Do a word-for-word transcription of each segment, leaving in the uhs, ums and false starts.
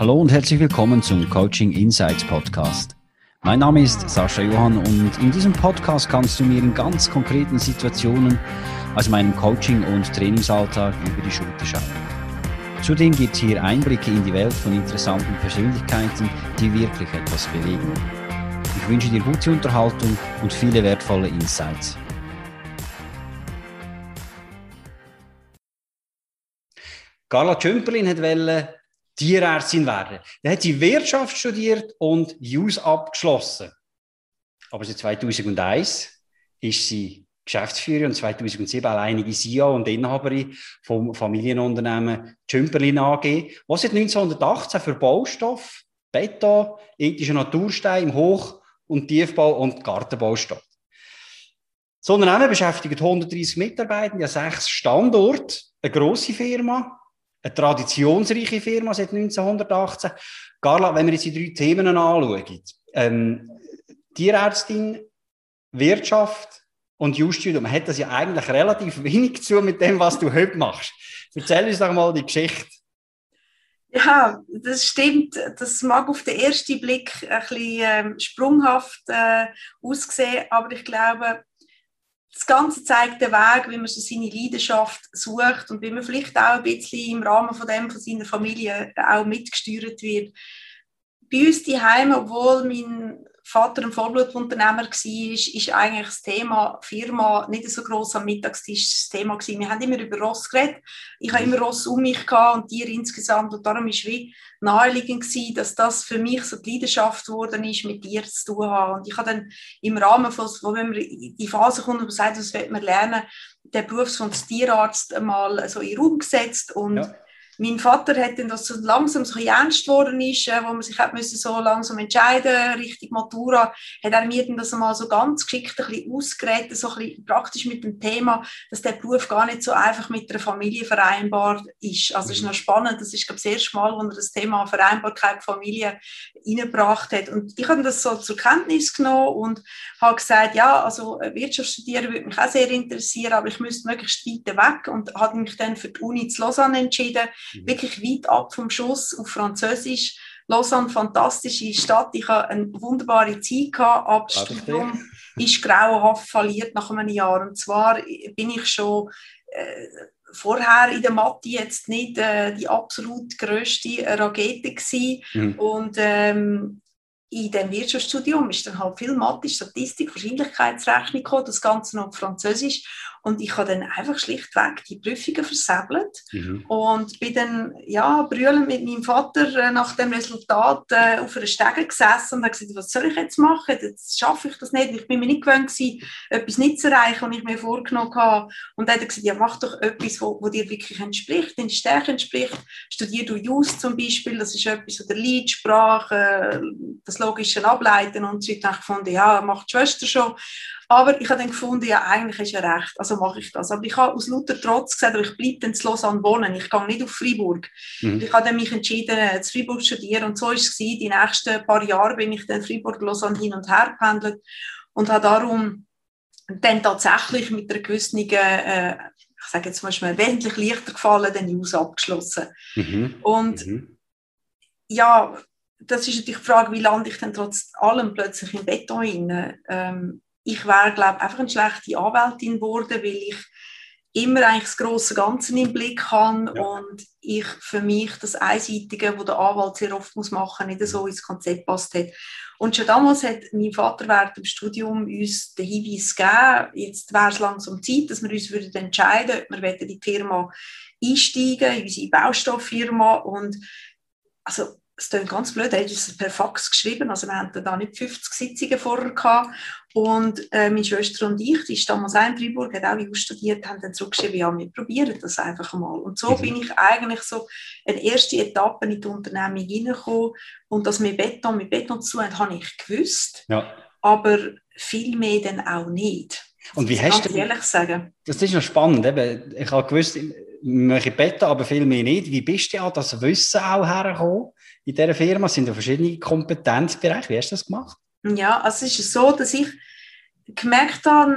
Hallo und herzlich willkommen zum Coaching Insights Podcast. Mein Name ist Sascha Johann und in diesem Podcast kannst du mir in ganz konkreten Situationen aus meinem Coaching- und Trainingsalltag über die Schulter schauen. Zudem gibt es hier Einblicke in die Welt von interessanten Persönlichkeiten, die wirklich etwas bewegen. Ich wünsche dir gute Unterhaltung und viele wertvolle Insights. Carla Tschümperlin wollte Tierärztin werden. Dann hat sie Wirtschaft studiert und Jus abgeschlossen. Aber seit zweitausendeins ist sie Geschäftsführerin und zweitausendsieben alleinige C E O und Inhaberin vom Familienunternehmen Tschümperlin A G, was seit neunzehnhundertachtzehn für Baustoff, Beton, ethische Naturstein im Hoch- und Tiefbau und Gartenbau steht. Das Unternehmen beschäftigt hundertdreissig Mitarbeiter, ja sechs Standorte, eine grosse Firma, eine traditionsreiche Firma seit neunzehnhundertachtzehn. Carla, wenn wir jetzt die drei Themen anschauen, ähm, Tierärztin, Wirtschaft und Jurastudium, hat das ja eigentlich relativ wenig zu mit dem, was du heute machst. Erzähl uns doch mal die Geschichte. Ja, das stimmt. Das mag auf den ersten Blick ein bisschen ähm, sprunghaft äh, aussehen, aber ich glaube, das Ganze zeigt den Weg, wie man so seine Leidenschaft sucht und wie man vielleicht auch ein bisschen im Rahmen von dem von seiner Familie auch mitgesteuert wird. Bei uns daheim, obwohl mein Vater ein Vollblutunternehmer war, ist eigentlich das Thema Firma nicht so gross am Mittagstisch das Thema gewesen. Wir haben immer über Ross geredet. Ich habe immer Ross um mich gehabt und Tiere insgesamt. Und darum war es wie naheliegend gewesen, dass das für mich so die Leidenschaft geworden ist, mit Tieren zu tun haben. Und ich habe dann im Rahmen von, wo wenn man in die Phase kommt, wo man sagt, was will man lernen, den Berufswunsch als Tierarzt einmal so in den Raum gesetzt und ja. Mein Vater hat dann, dass so langsam so ernst geworden ist, wo man sich hat müssen so langsam entscheiden Richtung Matura, hat er mir dann das einmal so ganz geschickt ein bisschen ausgeredet, so ein bisschen praktisch mit dem Thema, dass der Beruf gar nicht so einfach mit einer Familie vereinbar ist. Also es ist noch spannend, das ist glaube ich das erste Mal, wo er das Thema Vereinbarkeit Familie reingebracht hat. Und ich habe das so zur Kenntnis genommen und habe gesagt, ja, also Wirtschaft studieren würde mich auch sehr interessieren, aber ich müsste möglichst weit weg und habe mich dann für die Uni zu Lausanne entschieden. Mhm. Wirklich weit ab vom Schuss auf Französisch. Lausanne, fantastische Stadt. Ich hatte eine wunderbare Zeit gehabt, aber das Studium ist grauenhaft verliert nach einem Jahr. Und zwar bin ich schon äh, vorher in der Mathe jetzt nicht äh, die absolut grösste Rakete gewesen. Mhm. Und ähm, in dem Wirtschaftsstudium ist dann halt viel Mathe, Statistik, Wahrscheinlichkeitsrechnung gekommen, das Ganze noch auf Französisch. Und ich habe dann einfach schlichtweg die Prüfungen versäbelt mhm. und bin dann ja, brüllend mit meinem Vater äh, nach dem Resultat äh, auf einer Stege gesessen und habe gesagt, was soll ich jetzt machen? Jetzt schaffe ich das nicht. Ich bin mir nicht gewöhnt gewesen, etwas nicht zu erreichen, was ich mir vorgenommen habe. Und dann hat er gesagt, ja, mach doch etwas, wo, wo dir wirklich entspricht, deine Stärke entspricht. Studier du Jus zum Beispiel, das ist etwas so der Leitsprache, äh, das logische Ableiten und so. Ich habe gefunden, ja, macht die Schwester schon. Aber ich habe dann gefunden, ja, eigentlich ist er recht, also mache ich das. Aber ich habe aus lauter Trotz gesagt, ich bleibe dann in Lausanne wohnen, ich gehe nicht auf Freiburg. Mhm. Ich habe dann mich entschieden, zu Freiburg zu studieren und so war es. Die nächsten paar Jahre bin ich dann Freiburg-Lausanne hin und her gependelt und habe darum dann tatsächlich mit einer gewissen, äh, ich sage jetzt mal, ist mir wesentlich leichter gefallen, den Jus abgeschlossen. Mhm. Und mhm. ja, das ist natürlich die Frage, wie lande ich denn trotz allem plötzlich im Beton rein? Ähm, ich wäre, glaube ich, einfach eine schlechte Anwältin geworden, weil ich immer eigentlich das grosse Ganze im Blick habe ja. und ich für mich das Einseitige, was der Anwalt sehr oft muss machen muss, nicht so ins Konzept passt hat. Und schon damals hat mein Vater während dem Studium uns den Hinweis gegeben, jetzt wäre es langsam Zeit, dass wir uns würden entscheiden, ob wir in die Firma einsteigen, in unsere Baustofffirma. Und also, es klingt ganz blöd, er hat uns per Fax geschrieben, also wir hatten da nicht fünfzig Sitzungen vorher gehabt. Und äh, meine Schwester und ich, die ist damals auch in Freiburg, hat auch Jus studiert, haben dann zurückgeschrieben, ja, wir probieren das einfach mal. Und so mhm. bin ich eigentlich so eine erste Etappe in die Unternehmung hineingekommen. Und dass wir Beton mit Beton zu tun haben, habe ich gewusst, ja. aber viel mehr dann auch nicht. Und wie hast du, ehrlich sagen. Das ist noch spannend, eben. Ich habe gewusst, ich möchte Beton, aber viel mehr nicht. Wie bist du an das Wissen auch hergekommen? In dieser Firma sind ja verschiedene Kompetenzbereiche. Wie hast du das gemacht? Ja, also es ist so, dass ich gemerkt habe,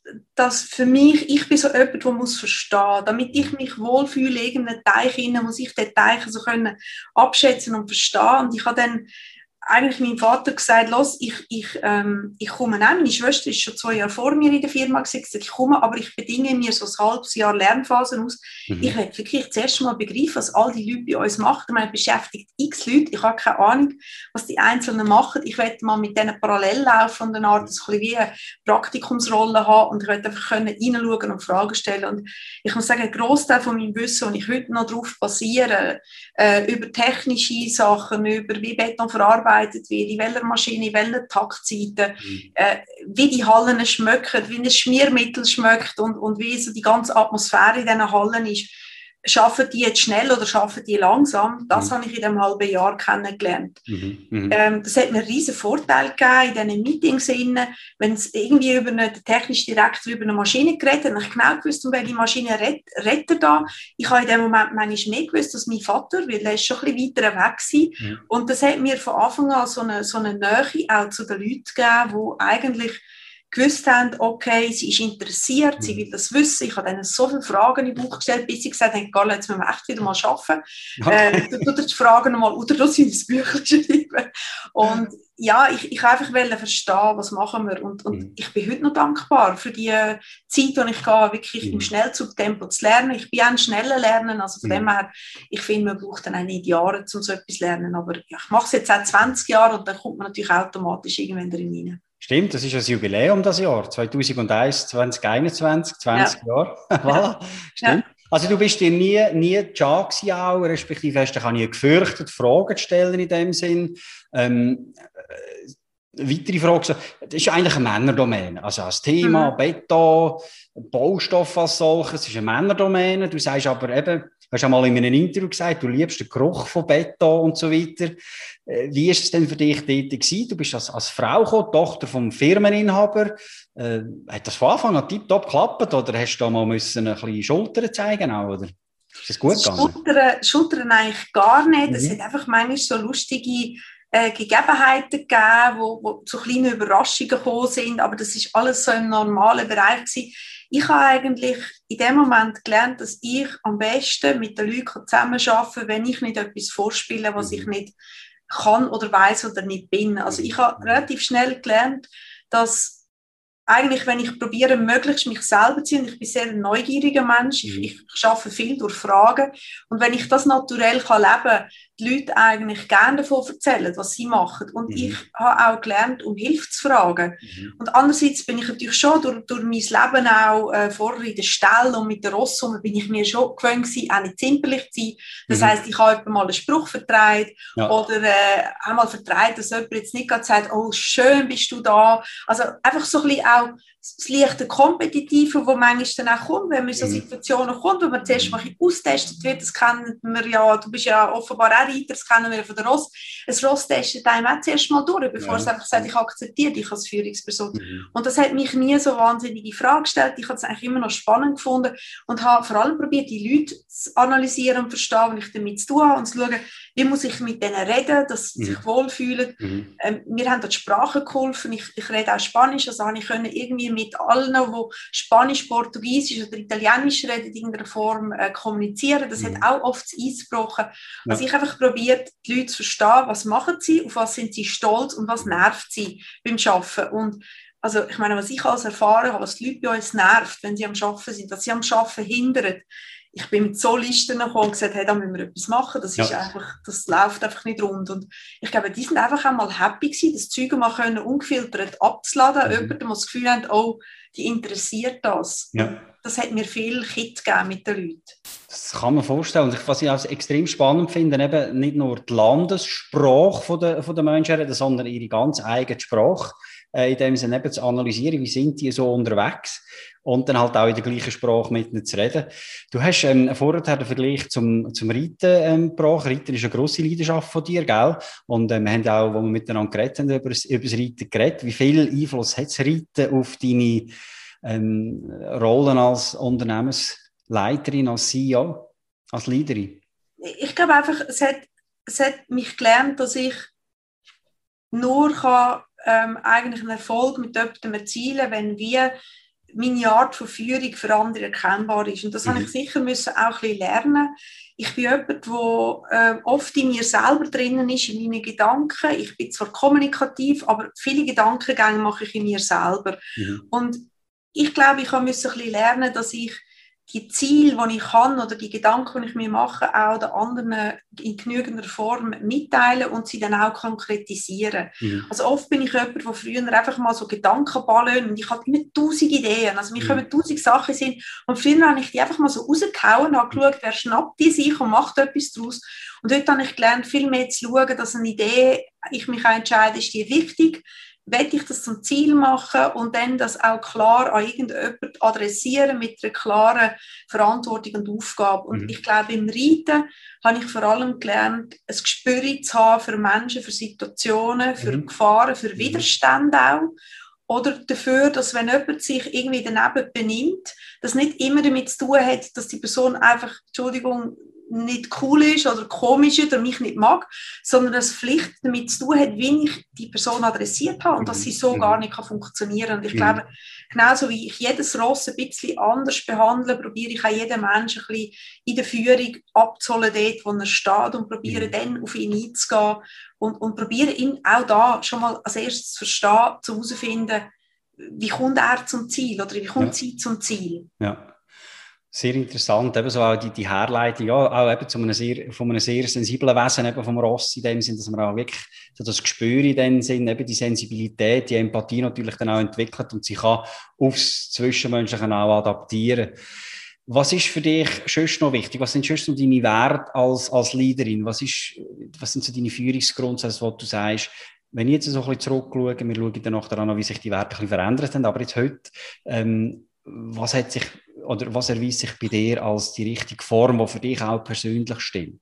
dass für mich, ich bin so jemand, der muss verstehen, damit ich mich wohlfühle, irgendeinen Teich hinein, muss ich den Teich so können abschätzen und verstehen. Und ich habe dann eigentlich meinem Vater gesagt, los, ich, ich, ähm, ich komme auch, meine Schwester ist schon zwei Jahre vor mir in der Firma gewesen, ich komme, aber ich bedinge mir so ein halbes Jahr Lernphase aus. Mhm. Ich will wirklich zuerst mal begreifen, was all die Leute bei uns machen. Ich meine, beschäftigt x Leute, ich habe keine Ahnung, was die Einzelnen machen. Ich will mal mit denen parallel laufen und eine Art, das ein bisschen wie eine Praktikumsrolle haben und ich will einfach können reinschauen und Fragen stellen. Und ich muss sagen, ein Grossteil von meinem Wissen, und ich heute noch darauf basiere, äh, über technische Sachen, über wie Beton verarbeitet wird, in welcher Maschine, in welchen Taktzeiten, mhm. äh, wie die Hallen schmecken, wie ein Schmiermittel schmeckt und, und wie so die ganze Atmosphäre in diesen Hallen ist. Schaffen die jetzt schnell oder schaffen die langsam? Das mhm. habe ich in diesem halben Jahr kennengelernt. Mhm. Mhm. Ähm, das hat mir einen riesen Vorteil gegeben in diesen Meetings. Wenn es irgendwie über einen technischen Direktor über eine Maschine geredet hat, habe ich genau gewusst, um welche Maschine redet er da. Ich habe in dem Moment manchmal nicht gewusst, dass mein Vater, weil er ist schon ein bisschen weiter weg war. Mhm. Und das hat mir von Anfang an so eine, so eine Nähe auch zu den Leuten gegeben, die eigentlich gewusst haben, okay, sie ist interessiert, sie will das wissen. Ich habe ihnen so viele Fragen in den Bauch gestellt, bis sie gesagt haben, Carla, jetzt müssen wir echt wieder mal arbeiten. Okay. Äh, du tust die Fragen nochmal, oder du sie ins Büchlein schreiben. Und ja, ich, ich einfach wollte verstehen, was machen wir. Und, und mhm. ich bin heute noch dankbar für die Zeit, die ich gehe, wirklich mhm. im Schnellzugtempo zu lernen. Ich bin auch ein schneller Lernen, also von mhm. dem her, ich finde, man braucht dann auch nicht Jahre, um so etwas zu lernen. Aber ja, ich mache es jetzt seit zwanzig Jahren und dann kommt man natürlich automatisch irgendwann drin rein. Stimmt, das ist ein Jubiläum das Jahr, zweitausendeins, zwanzig einundzwanzig, zwanzig ja. Jahre. Voilà. Stimmt. Ja. Also du bist dir nie, nie ja gewesen, auch, respektive hast dich auch nie gefürchtet, Fragen zu stellen in dem Sinn. Ähm, äh, weitere Frage, das ist eigentlich eine Männerdomäne. Also das Thema mhm. Beton, Baustoff als solches, ist eine Männerdomäne. Du sagst aber eben, du hast einmal in einem Interview gesagt, du liebst den Geruch von Beton und so weiter. Wie ist es denn für dich dort gewesen? Du bist als, als Frau gekommen, Tochter vom Firmeninhaber. Äh, hat das von Anfang an tiptop geklappt oder hast du da mal müssen ein bisschen Schultern zeigen auch, oder? Ist das gut gegangen? Schultern, Schultern eigentlich gar nicht. Mhm. Es hat einfach manchmal so lustige äh, Gegebenheiten gegeben, wo, wo zu kleinen Überraschungen gekommen sind, aber das ist alles so im normalen Bereich gewesen. Ich habe eigentlich in dem Moment gelernt, dass ich am besten mit den Leuten zusammenarbeiten kann, wenn ich nicht etwas vorspiele, was mhm. ich nicht kann oder weiß oder nicht bin. Also ich habe relativ schnell gelernt, dass eigentlich, wenn ich probiere, möglichst mich selber zu sein, ich bin sehr ein neugieriger Mensch, ich, ich arbeite viel durch Fragen und wenn ich das naturell kann leben, die Leute eigentlich gerne davon erzählen, was sie machen und mhm. ich habe auch gelernt, um Hilfe zu fragen mhm. und andererseits bin ich natürlich schon durch, durch mein Leben auch äh, vorher in der Stelle und mit der Rosssumme bin ich mir schon gewöhnt gewesen, auch nicht zimperlich zu sein. Das mhm. heisst, ich habe jemand mal einen Spruch vertreibt ja. oder äh, einmal vertreibt, dass jemand jetzt nicht gerade sagt, oh schön bist du da, also einfach so ein bisschen auch das leichte Kompetitive, das manchmal dann auch kommt, wenn man in so Situationen kommt, wo man zuerst mal austestet wird, das kennen wir ja, du bist ja offenbar auch Reiter, das kennen wir von der Ross. Ein Ross testet einem auch zuerst mal durch, bevor ja. es einfach sagt, ich akzeptiere dich als Führungsperson. Mhm. Und das hat mich nie so wahnsinnige Frage gestellt, ich habe es eigentlich immer noch spannend gefunden und habe vor allem probiert, die Leute zu analysieren und verstehen, was ich damit zu tun habe und zu schauen, wie muss ich mit denen reden, dass sie mhm. sich wohlfühlen. Mhm. Ähm, mir haben dort Sprachen geholfen, ich, ich rede auch Spanisch, also habe ich können irgendwie mit allen, die Spanisch, Portugiesisch oder Italienisch reden, in irgendeiner Form äh, kommunizieren. Das mhm. hat auch oft das Eis gebrochen. Ja. Also ich habe einfach probiert, die Leute zu verstehen, was machen sie, auf was sind sie stolz und was nervt sie beim Arbeiten. Und also ich meine, was ich alles erfahren habe, was die Leute bei uns nervt, wenn sie am Arbeiten sind, dass sie am Arbeiten hindern. Ich bin mit so Listen gekommen und gesagt, hey, da müssen wir etwas machen. Das, ist ja. einfach, das läuft einfach nicht rund. Und ich glaube, die sind einfach einmal happy gewesen, das Zeug mal können, ungefiltert abzuladen. Mhm. Jemand, der das Gefühl hat, oh, die interessiert das. Ja. Das hat mir viel Kit gegeben mit den Leuten. Das kann man vorstellen. Und was ich auch extrem spannend finde, eben nicht nur die Landessprache der, der Menschen, sondern ihre ganz eigene Sprache. Äh, in dem Sinne eben zu analysieren, wie sind die so unterwegs und dann halt auch in der gleichen Sprache mit ihnen zu reden. Du hast ähm, vorher den Vergleich zum, zum Reiten ähm, gebracht. Reiten ist eine grosse Leidenschaft von dir, gell? Und äh, wir haben auch, als wir miteinander geredet haben, über das, über das Reiten geredet. Wie viel Einfluss hat das Reiten auf deine ähm, Rollen als Unternehmensleiterin, als C E O, als Leaderin? Ich glaube einfach, es hat, es hat mich gelernt, dass ich nur kann, ähm, eigentlich einen Erfolg mit jemandem erzielen, wenn wir meine Art von Führung für andere erkennbar ist. Und das mhm. habe ich sicher müssen auch ein bisschen lernen. Ich bin jemand, der äh, oft in mir selber drinnen ist, in meinen Gedanken. Ich bin zwar kommunikativ, aber viele Gedankengänge mache ich in mir selber. Mhm. Und ich glaube, ich musste ein bisschen lernen, dass ich die Ziele, die ich kann oder die Gedanken, die ich mir mache, auch den anderen in genügender Form mitteilen und sie dann auch konkretisieren. Mhm. Also oft bin ich jemand, der früher einfach mal so Gedankenballen und ich hatte immer tausend Ideen. Also mir mhm. kommen tausend Sachen sind und früher habe ich die einfach mal so rausgehauen, habe geschaut, wer schnappt die sich und macht etwas daraus. Und heute habe ich gelernt, viel mehr zu schauen, dass eine Idee, ich mich auch entscheide, ist die wichtig, will ich das zum Ziel machen und dann das auch klar an irgendjemanden adressieren mit einer klaren Verantwortung und Aufgabe. Und mhm. ich glaube, im Reiten habe ich vor allem gelernt, ein Gespür zu haben für Menschen, für Situationen, für mhm. Gefahren, für Widerstände auch. Oder dafür, dass wenn jemand sich irgendwie daneben benimmt, das nicht immer damit zu tun hat, dass die Person einfach, Entschuldigung, nicht cool ist oder komisch ist oder mich nicht mag, sondern dass es vielleicht damit zu tun hat, wie ich die Person adressiert habe und dass sie so mhm. gar nicht funktionieren kann. Und ich mhm. glaube, genauso wie ich jedes Ross ein bisschen anders behandle, probiere ich auch jeden Menschen ein bisschen in der Führung abzuholen, dort, wo er steht und probiere mhm. dann auf ihn einzugehen und, und probiere ihn auch da schon mal als erstes zu verstehen, zu herausfinden, wie kommt er zum Ziel oder wie kommt ja. sie zum Ziel. Ja. Sehr interessant, eben so auch die, die Herleitung, ja, auch eben zu einem sehr, von einem sehr sensiblen Wesen, eben vom Ross in dem Sinn, dass man auch wirklich so das Gespür in dem Sinn, eben die Sensibilität, die Empathie natürlich dann auch entwickelt und sich kann aufs Zwischenmenschliche auch adaptieren. Was ist für dich sonst noch wichtig? Was sind sonst so deine Werte als, als Leaderin? Was ist, was sind so deine Führungsgrundsätze, wo du sagst, wenn ich jetzt so ein bisschen zurückschaue, wir schauen dann nachher an, wie sich die Werte ein bisschen verändert haben, aber jetzt heute, ähm, was hat sich oder was erweist sich bei dir als die richtige Form, die für dich auch persönlich stimmt?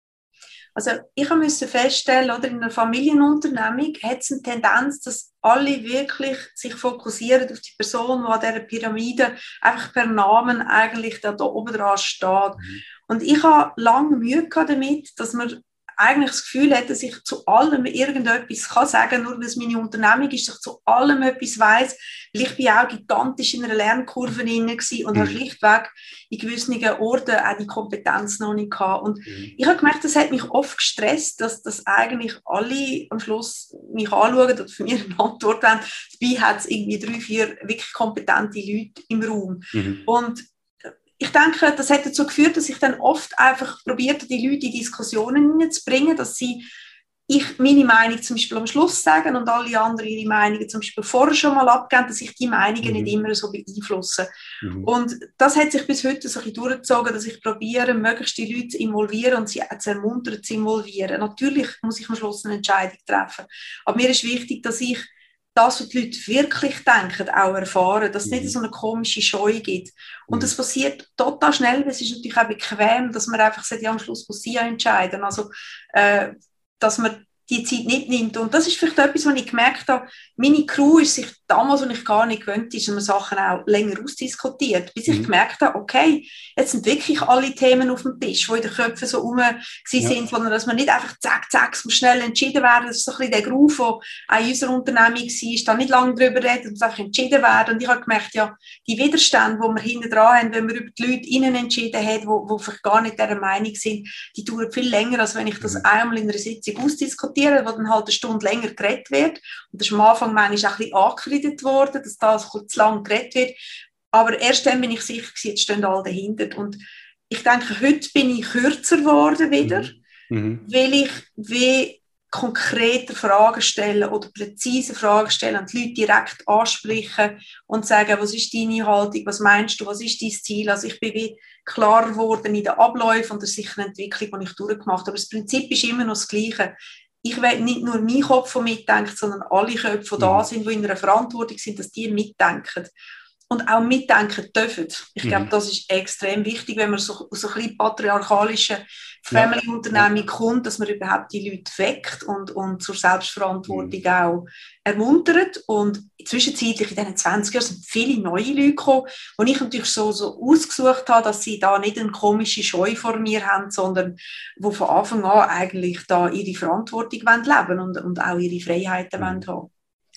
Also ich musste feststellen, oder in einer Familienunternehmung hat es eine Tendenz, dass alle wirklich sich fokussieren auf die Person, die an dieser Pyramide einfach per Namen eigentlich da, da oben dran steht. Mhm. Und ich habe lange Mühe gehabt damit, dass man eigentlich das Gefühl hat, dass ich zu allem irgendetwas kann sagen, nur weil es meine Unternehmung ist, dass ich zu allem etwas weiss, weil ich bin auch gigantisch in einer Lernkurve drin war und mhm. habe schlichtweg in gewissen Orten auch die Kompetenz noch nicht gehabt. Und mhm. ich habe gemerkt, das hat mich oft gestresst, dass, dass eigentlich alle am Schluss mich anschauen und für mich eine Antwort haben. Dabei hat es irgendwie drei, vier wirklich kompetente Leute im Raum. Mhm. Und ich denke, das hat dazu geführt, dass ich dann oft einfach probierte, die Leute in Diskussionen zu bringen, dass sie ich meine Meinung zum Beispiel am Schluss sagen und alle anderen ihre Meinungen zum Beispiel vorher schon mal abgeben, dass ich die Meinungen mhm. nicht immer so beeinflusse. Mhm. Und das hat sich bis heute so ein bisschen durchgezogen, dass ich probiere, möglichst die Leute zu involvieren und sie zu ermuntern, zu involvieren. Natürlich muss ich am Schluss eine Entscheidung treffen. Aber mir ist wichtig, dass ich das, was die Leute wirklich denken, auch erfahren, dass es mhm. nicht so eine komische Scheu gibt. Und mhm. das passiert total schnell, weil es ist natürlich auch bequem, dass man einfach sagt, ja, am Schluss muss sie ja entscheiden. Also, äh, dass man die Zeit nicht nimmt. Und das ist vielleicht etwas, was ich gemerkt habe, meine Crew ist sich damals, als ich gar nicht gewöhnt ist, man Sachen auch länger ausdiskutiert, bis mhm. ich gemerkt habe, okay, jetzt sind wirklich alle Themen auf dem Tisch, die in den Köpfen so rum ja. sind, sondern dass man nicht einfach zack, zack, es muss schnell entschieden werden. Das ist so ein bisschen der Groove, der auch in unserer Unternehmung war, da nicht lange drüber reden und es einfach entschieden werden. Und ich habe gemerkt, ja, die Widerstände, die wir hinten dran haben, wenn man über die Leute innen entschieden hat, die vielleicht gar nicht dieser Meinung sind, die dauern viel länger, als wenn ich das mhm. einmal in einer Sitzung ausdiskutiere, wo dann halt eine Stunde länger geredet wird. Und das ist am Anfang manchmal auch ein bisschen angekreidet worden, dass da so zu lang geredet wird. Aber erst dann bin ich sicher gewesen, jetzt stehen alle dahinter. Und ich denke, heute bin ich kürzer geworden wieder, mhm. weil ich wie konkrete Fragen stellen oder präzise Fragen stellen und die Leute direkt ansprechen und sagen, was ist deine Haltung, was meinst du, was ist dein Ziel? Also ich bin wie klarer geworden in den Abläufen und der sicheren Entwicklung, die ich durchgemacht habe. Aber das Prinzip ist immer noch das Gleiche. Ich will nicht nur mein Kopf, der mitdenkt, sondern alle Köpfe, die mhm. da sind, die in einer Verantwortung sind, dass die mitdenken. Und auch mitdenken dürfen. Ich glaube, mhm. das ist extrem wichtig, wenn man so, so ein bisschen patriarchalischen Family-Unternehmung ja. kommt, dass man überhaupt die Leute weckt und, und zur Selbstverantwortung mhm. auch ermuntert. Und zwischenzeitlich in diesen zwanzig Jahren sind viele neue Leute gekommen, die ich natürlich so, so ausgesucht habe, dass sie da nicht eine komische Scheu vor mir haben, sondern die von Anfang an eigentlich da ihre Verantwortung leben wollen und, und auch ihre Freiheiten mhm. haben.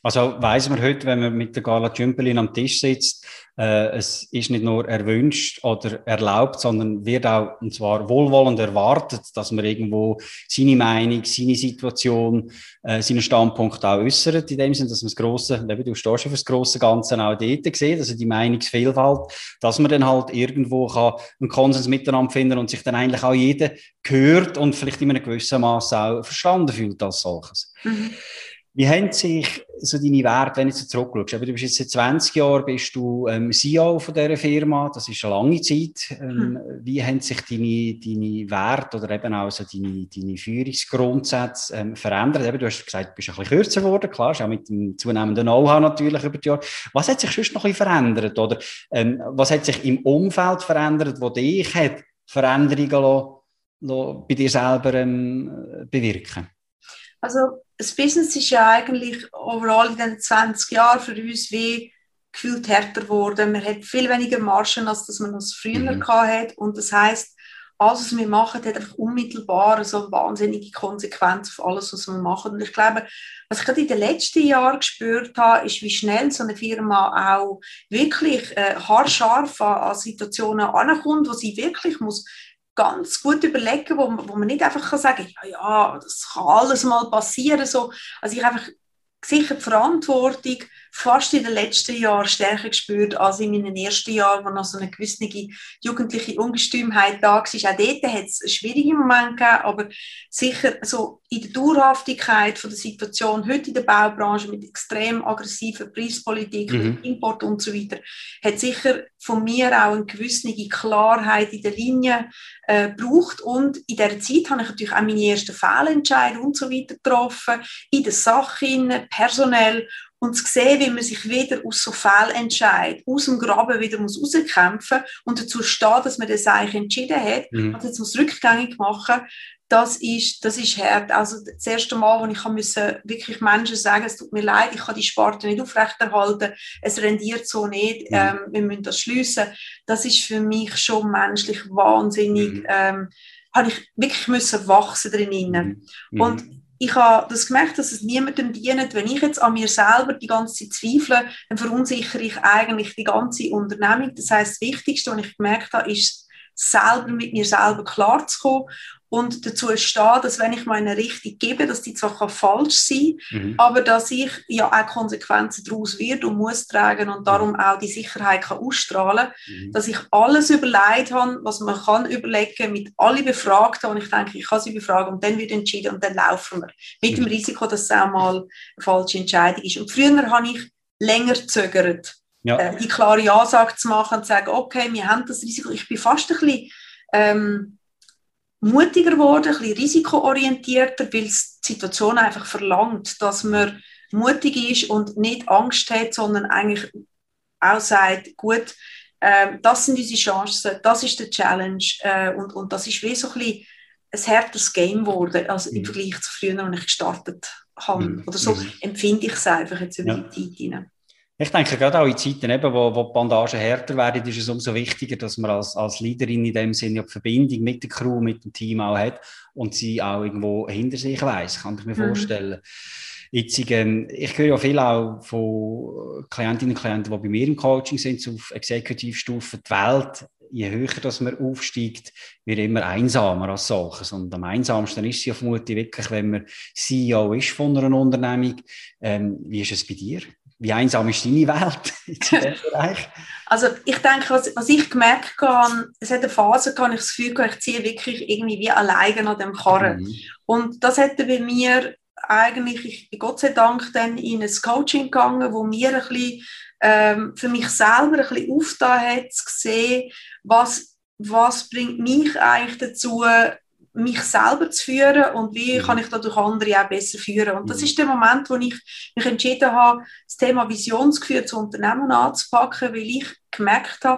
Also weiss man heute, wenn man mit der Carla Ciumpelin am Tisch sitzt, äh, es ist nicht nur erwünscht oder erlaubt, sondern wird auch, und zwar wohlwollend erwartet, dass man irgendwo seine Meinung, seine Situation, äh, seinen Standpunkt auch äußert, in dem Sinne, dass man das grosse, eben, du stehst für das grosse Ganze auch dort sieht, also die Meinungsvielfalt, dass man dann halt irgendwo kann einen Konsens miteinander finden und sich dann eigentlich auch jeder gehört und vielleicht in einem gewissen Maß auch verstanden fühlt als solches. Mhm. Wie haben sich so deine Werte, wenn du jetzt zurückschaust? Du bist jetzt seit zwanzig Jahren bist du ähm, C E O von dieser Firma, das ist eine lange Zeit. Ähm, hm. Wie haben sich deine, deine Werte oder eben auch so deine, deine Führungsgrundsätze ähm, verändert? Eben, du hast gesagt, du bist ein bisschen kürzer geworden, klar, ist auch mit dem zunehmenden Know-how natürlich über die Jahre. Was hat sich sonst noch ein bisschen verändert? Oder ähm, was hat sich im Umfeld verändert, wo dich hat Veränderungen lassen, lassen, bei dir selber ähm, bewirken? Also das Business ist ja eigentlich overall in den zwanzig Jahren für uns wie gefühlt härter geworden. Man hat viel weniger Margen, als das man das früher mhm. hatte. Und das heisst, alles, was wir machen, hat einfach unmittelbar so eine wahnsinnige Konsequenz auf alles, was wir machen. Und ich glaube, was ich gerade in den letzten Jahren gespürt habe, ist, wie schnell so eine Firma auch wirklich äh, haarscharf an, an Situationen ankommt, wo sie wirklich muss ganz gut überlegen, wo, wo man nicht einfach kann sagen kann, ja, ja, das kann alles mal passieren. So. Also ich einfach sicher die Verantwortung fast in den letzten Jahren stärker gespürt als in meinen ersten Jahren, wo noch so eine gewisse jugendliche Ungestümheit da war. Auch dort hat es schwierige Momente gegeben, aber sicher so in der Dauerhaftigkeit von der Situation heute in der Baubranche mit extrem aggressiver Preispolitik, mhm. mit Import und so weiter, hat sicher von mir auch eine gewisse Klarheit in der Linie äh, gebraucht. Und in dieser Zeit habe ich natürlich auch meine ersten Fehlentscheidungen und so weiter getroffen, in der Sache, personell. Und zu sehen, wie man sich wieder aus so Fehlentscheid, aus dem Graben wieder muss rauskämpfen und dazu stehen, dass man das eigentlich entschieden hat mhm. und jetzt muss rückgängig machen, das ist, das ist hart. Also das erste Mal, wo ich musste wirklich Menschen sagen, es tut mir leid, ich kann die Sparte nicht aufrechterhalten, es rendiert so nicht, mhm. ähm, wir müssen das schliessen. Das ist für mich schon menschlich wahnsinnig, mhm. ähm, habe ich wirklich müssen wachsen drin. Mhm. Und ich habe das gemerkt, dass es niemandem dient. Wenn ich jetzt an mir selber die ganze Zeit zweifle, dann verunsichere ich eigentlich die ganze Unternehmung. Das heisst, das Wichtigste, was ich gemerkt habe, ist, selber mit mir selber klarzukommen und dazu stehen, dass wenn ich meine Richtung gebe, dass die zwar falsch sein kann, mhm. aber dass ich ja auch Konsequenzen daraus wird und muss tragen und darum auch die Sicherheit kann ausstrahlen kann, mhm. dass ich alles überlegt habe, was man kann überlegen, mit allen befragt habe und ich denke, ich kann sie befragen und dann wird entschieden und dann laufen wir. Mit mhm. dem Risiko, dass es auch mal eine falsche Entscheidung ist. Und früher habe ich länger gezögert, ja. äh, die klare Ansage zu machen und zu sagen, okay, wir haben das Risiko. Ich bin fast ein bisschen ähm, mutiger geworden, ein bisschen risikoorientierter, weil die Situation einfach verlangt, dass man mutig ist und nicht Angst hat, sondern eigentlich auch sagt, gut, äh, das sind unsere Chancen, das ist die Challenge äh, und, und das ist wie so ein bisschen ein härteres Game geworden, also mhm. im Vergleich zu früher, als ich gestartet habe. Mhm. Oder so mhm. empfinde ich es einfach jetzt über ja. die Zeit hinein. Ich denke, gerade auch in Zeiten, eben, wo, wo die Bandagen härter werden, ist es umso wichtiger, dass man als, als Leaderin in dem Sinne die Verbindung mit der Crew, mit dem Team auch hat und sie auch irgendwo hinter sich weiss, kann ich mir mhm. vorstellen. Jetzt, ähm, ich höre ja viel auch von Klientinnen und Klienten, die bei mir im Coaching sind, so auf Exekutivstufe. Die Welt, je höher dass man aufsteigt, wird immer einsamer als solches. Und am einsamsten ist sie ja vermutlich wirklich, wenn man C E O ist von einer Unternehmung. Ähm, wie ist es bei dir? Wie einsam ist deine Welt in diesem Bereich? Also ich denke, was, was ich gemerkt habe, es hat eine Phase gehabt, ich das Gefühl gehabt, ich ziehe wirklich irgendwie wie alleine an dem Karren. Mhm. Und das hätte bei mir eigentlich, ich bin Gott sei Dank dann in ein Coaching gegangen, wo mir ein bisschen, ähm, für mich selber ein bisschen aufgetan hat, zu sehen, was, was bringt mich eigentlich dazu, mich selber zu führen und wie kann ich dadurch andere auch besser führen. Und das ist der Moment, wo ich mich entschieden habe, das Thema Visionsgefühl zu Unternehmen anzupacken, weil ich gemerkt habe,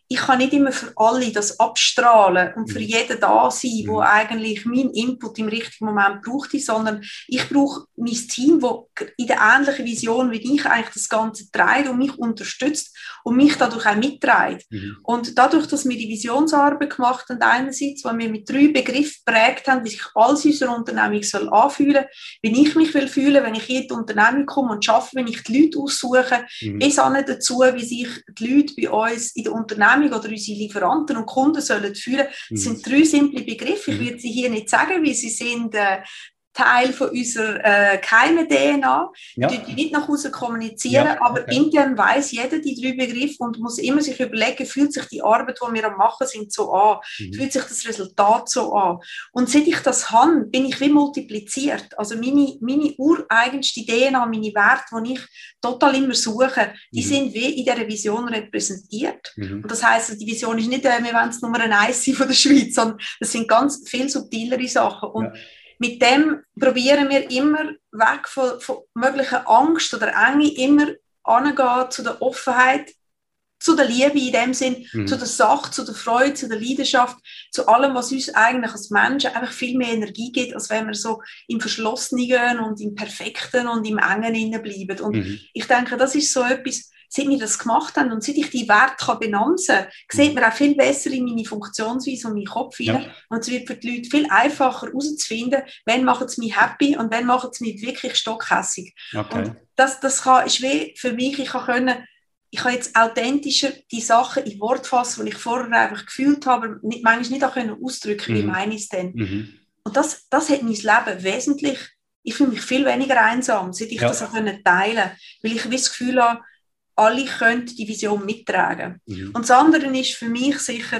ich kann nicht immer für alle das abstrahlen und für jeden da sein, wo eigentlich meinen Input im richtigen Moment braucht, sondern ich brauche mein Team, das in der ähnlichen Vision wie ich eigentlich das Ganze trägt und mich unterstützt und mich dadurch auch mitträgt. Mhm. Und dadurch, dass wir die Visionsarbeit gemacht haben, einerseits, weil wir mit drei Begriffen geprägt haben, wie sich alles unserer Unternehmung soll anfühlen, wie ich mich will fühlen, wenn ich in die Unternehmung komme und arbeite, wenn ich die Leute aussuche, mhm. bis auch nicht dazu, wie sich die Leute bei uns in der Unternehmung oder unsere Lieferanten und Kunden sollen fühlen. Das sind drei simple Begriffe. Ich würde sie hier nicht sagen, weil sie sind äh, Teil von unserer äh, geheimen D N A. Ja. Wir dürfen die nicht nach außen kommunizieren, ja, aber okay. intern weiss jeder die drei Begriffe und muss immer sich überlegen, fühlt sich die Arbeit, die wir am Machen sind, so an? Mhm. Fühlt sich das Resultat so an? Und seit ich das habe, bin ich wie multipliziert. Also meine, meine ureigenste D N A, meine Werte, die ich total immer suche, die mhm. sind wie in dieser Vision repräsentiert. Mhm. Und das heisst, die Vision ist nicht, äh, wir wollen es Nummer eins sein von der Schweiz, sondern das sind ganz viel subtilere Sachen. Und ja. mit dem probieren wir immer weg von, von möglicher Angst oder Enge immer angehen zu der Offenheit, zu der Liebe in dem Sinn, mhm. zu der Sache, zu der Freude, zu der Leidenschaft, zu allem, was uns eigentlich als Menschen einfach viel mehr Energie gibt, als wenn wir so im Verschlossenen und im Perfekten und im Engen bleiben. Und mhm. ich denke, das ist so etwas, seit wir das gemacht haben und seit ich die Werte benamsen kann, sieht man auch viel besser in meine Funktionsweise und meinen Kopf hinein. Ja. Und es wird für die Leute viel einfacher herauszufinden, wann machen sie mich happy und wann machen sie mich wirklich stockhässig. Okay. Und das, das kann, ist wie für mich, ich kann können, ich kann jetzt authentischer die Sachen in Wort fassen, die ich vorher einfach gefühlt habe, aber nicht, manchmal nicht auch können ausdrücken, mhm. wie meine ich es denn. Mhm. Und das, das hat mein Leben wesentlich, ich fühle mich viel weniger einsam, seit ich ja. das auch teilen konnte, weil ich das Gefühl habe, alle können die Vision mittragen. Mhm. Und das andere ist für mich sicher,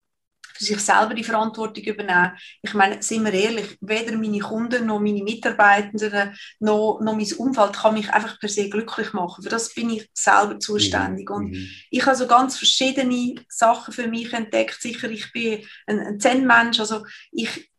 für sich selber die Verantwortung übernehmen. Ich meine, sind wir ehrlich, weder meine Kunden noch meine Mitarbeitenden noch, noch mein Umfeld kann mich einfach per se glücklich machen. Für das bin ich selber zuständig. Mhm. Und mhm. ich habe so ganz verschiedene Sachen für mich entdeckt. Sicher, ich bin ein, ein Zen-Mensch, also ich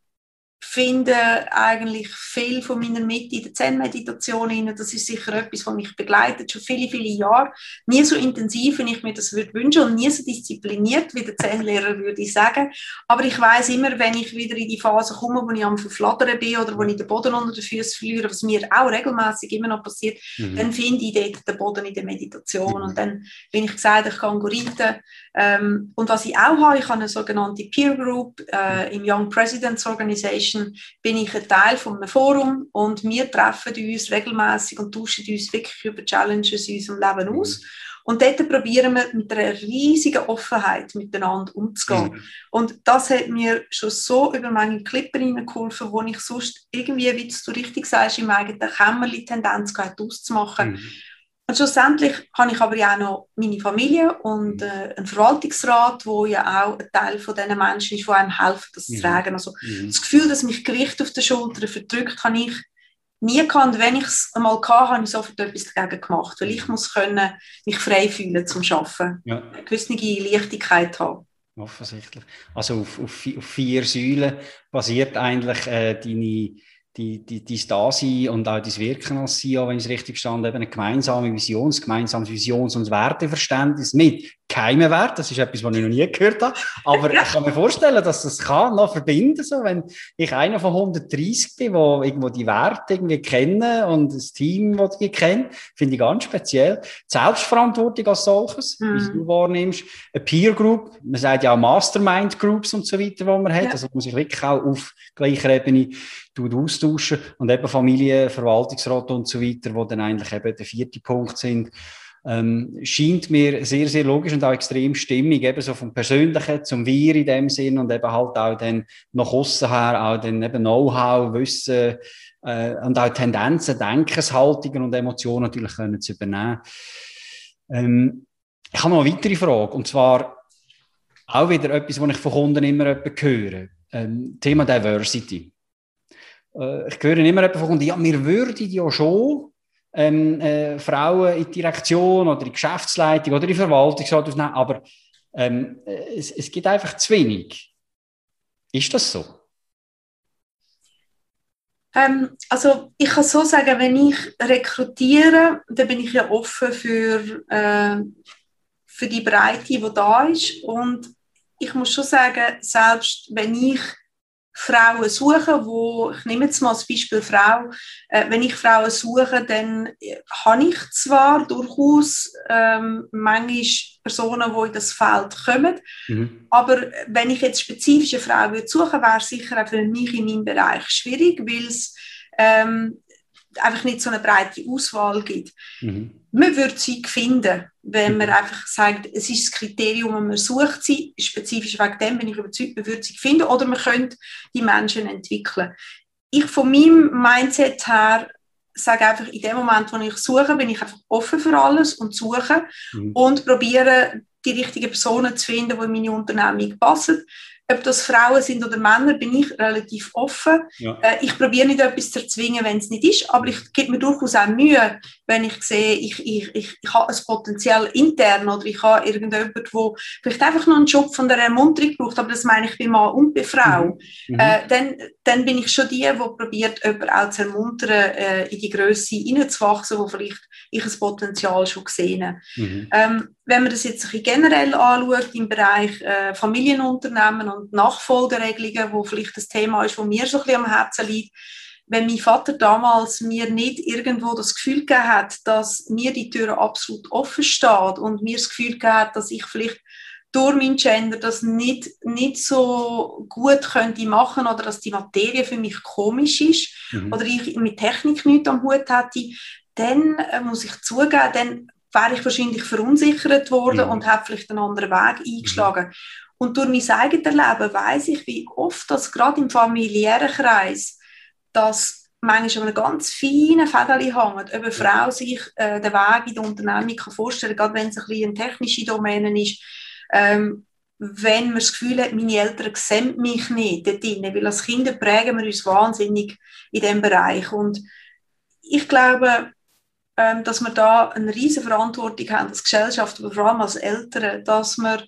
finde eigentlich viel von meiner Mitte in der Zen-Meditation. Das ist sicher etwas, was mich begleitet, schon viele, viele Jahre. Nie so intensiv, wie ich mir das würde wünschen und nie so diszipliniert, wie der Zen-Lehrer würde ich sagen. Aber ich weiss immer, wenn ich wieder in die Phase komme, wo ich am Verflattern bin oder wo ich den Boden unter den Füßen verliere, was mir auch regelmäßig immer noch passiert, mhm. dann finde ich dort den Boden in der Meditation. Mhm. Und dann bin ich gesagt, ich kann reiten. Ähm, und was ich auch habe, ich habe eine sogenannte Peer Group äh, im Young Presidents Organization, bin ich ein Teil von einem Forum und wir treffen uns regelmäßig und tauschen uns wirklich über Challenges in unserem Leben aus. Und dort probieren wir mit einer riesigen Offenheit miteinander umzugehen. Mhm. Und das hat mir schon so über meine Klippen hineingeholfen, wo ich sonst irgendwie, wie du richtig sagst, im eigenen Kämmerchen Tendenz gehabt auszumachen. Mhm. Und schlussendlich habe ich aber ja auch noch meine Familie und äh, einen Verwaltungsrat, wo ja auch ein Teil von diesen Menschen ist, die einem helfen, das zu tragen. Also mhm. das Gefühl, dass mich Gewicht auf den Schultern verdrückt, habe ich nie gehabt. Und wenn ich es einmal hatte, habe ich sofort etwas dagegen gemacht, weil ich muss können, mich frei fühlen zum Arbeiten, ja. eine gewisse Leichtigkeit haben. Offensichtlich. Also auf, auf, auf vier Säulen basiert eigentlich äh, deine die, die, die Dasein und auch das Wirken als C E O, wenn ich es richtig verstanden habe, eine gemeinsame Vision, ein gemeinsames Visions- und Werteverständnis mit geheimen Werten. Das ist etwas, was ich noch nie gehört habe. Aber ich kann mir vorstellen, dass das kann noch verbinden, so, wenn ich einer von hundertdreissig bin, der irgendwo die Werte irgendwie kennen und das Team, das die kennt, finde ich ganz speziell. Die Selbstverantwortung als solches, mhm. wie du wahrnimmst, eine Peer Group, man sagt ja auch Mastermind Groups und so weiter, die man hat, ja. also muss ich wirklich auch auf gleicher Ebene austauschen und eben Familie, Verwaltungsrat und so weiter, wo dann eigentlich eben der vierte Punkt sind, ähm, scheint mir sehr, sehr logisch und auch extrem stimmig, eben so vom Persönlichen zum Wir in dem Sinn und eben halt auch dann nach aussen her auch dann eben Know-how, Wissen äh, und auch Tendenzen, Denkenshaltungen und Emotionen natürlich können zu übernehmen. Ähm, ich habe noch eine weitere Frage und zwar auch wieder etwas, was ich von Kunden immer höre, ähm, Thema Diversity. Ich höre immer jemanden von Kunden, ja, wir würden ja schon ähm, äh, Frauen in die Direktion oder in die Geschäftsleitung oder in die Verwaltung aufnehmen, aber ähm, es, es gibt einfach zu wenig. Ist das so? Ähm, also ich kann so sagen, wenn ich rekrutiere, dann bin ich ja offen für, äh, für die Breite, die da ist. Und ich muss schon sagen, selbst wenn ich Frauen suche, wo, ich nehme jetzt mal als Beispiel Frau, äh, wenn ich Frauen suche, dann äh, habe ich zwar durchaus ähm, manchmal Personen, die in das Feld kommen, mhm. aber wenn ich jetzt spezifische Frauen würde suchen, wäre es sicher auch für mich in meinem Bereich schwierig, weil es ähm, einfach nicht so eine breite Auswahl gibt. Mhm. Man würde sie finden, wenn man einfach sagt, es ist das Kriterium, und man sucht sie, spezifisch wegen dem bin ich überzeugt, man würde sie finden, oder man könnte die Menschen entwickeln. Ich von meinem Mindset her sage einfach, in dem Moment, wo ich suche, bin ich einfach offen für alles und suche mhm. und probiere, die richtigen Personen zu finden, die in meine Unternehmung passen. Ob das Frauen sind oder Männer, bin ich relativ offen. Ja. Äh, ich probiere nicht etwas zu erzwingen, wenn es nicht ist, aber ich gebe mir durchaus auch Mühe, wenn ich sehe, ich, ich, ich, ich habe ein Potenzial intern oder ich habe irgendjemanden, der vielleicht einfach noch einen Job von der Ermunterung braucht, aber das meine ich bei Mann und bei Frau. Mhm. Äh, dann, dann bin ich schon die, die probiert, jemanden auch zu ermuntern, äh, in die Grösse hineinzuwachsen, wo vielleicht ich ein Potenzial schon gesehen habe. Mhm. Ähm, wenn man das jetzt ein bisschen generell anschaut, im Bereich äh, Familienunternehmen und Nachfolgeregelungen, wo vielleicht das Thema ist, das mir so ein bisschen am Herzen liegt, wenn mein Vater damals mir nicht irgendwo das Gefühl gegeben hat, dass mir die Tür absolut offen steht und mir das Gefühl gegeben hat, dass ich vielleicht durch mein Gender das nicht, nicht so gut könnte machen oder dass die Materie für mich komisch ist mhm. oder ich mit Technik nichts am Hut hätte, dann äh, muss ich zugeben, dann wäre ich wahrscheinlich verunsichert worden mhm. und habe vielleicht einen anderen Weg eingeschlagen. Mhm. Und durch mein eigenes Leben weiss ich, wie oft das gerade im familiären Kreis, dass manchmal an einem ganz feinen Fädeli hängt, ob eine Frau sich äh, den Weg in der Unternehmung kann vorstellen kann, gerade wenn es ein bisschen eine technische Domäne ist, ähm, wenn man das Gefühl hat, meine Eltern sehen mich nicht dort drin, weil als Kinder prägen wir uns wahnsinnig in diesem Bereich. Und ich glaube, ähm, dass wir da eine riesige Verantwortung haben als Gesellschaft, aber vor allem als Eltern, dass wir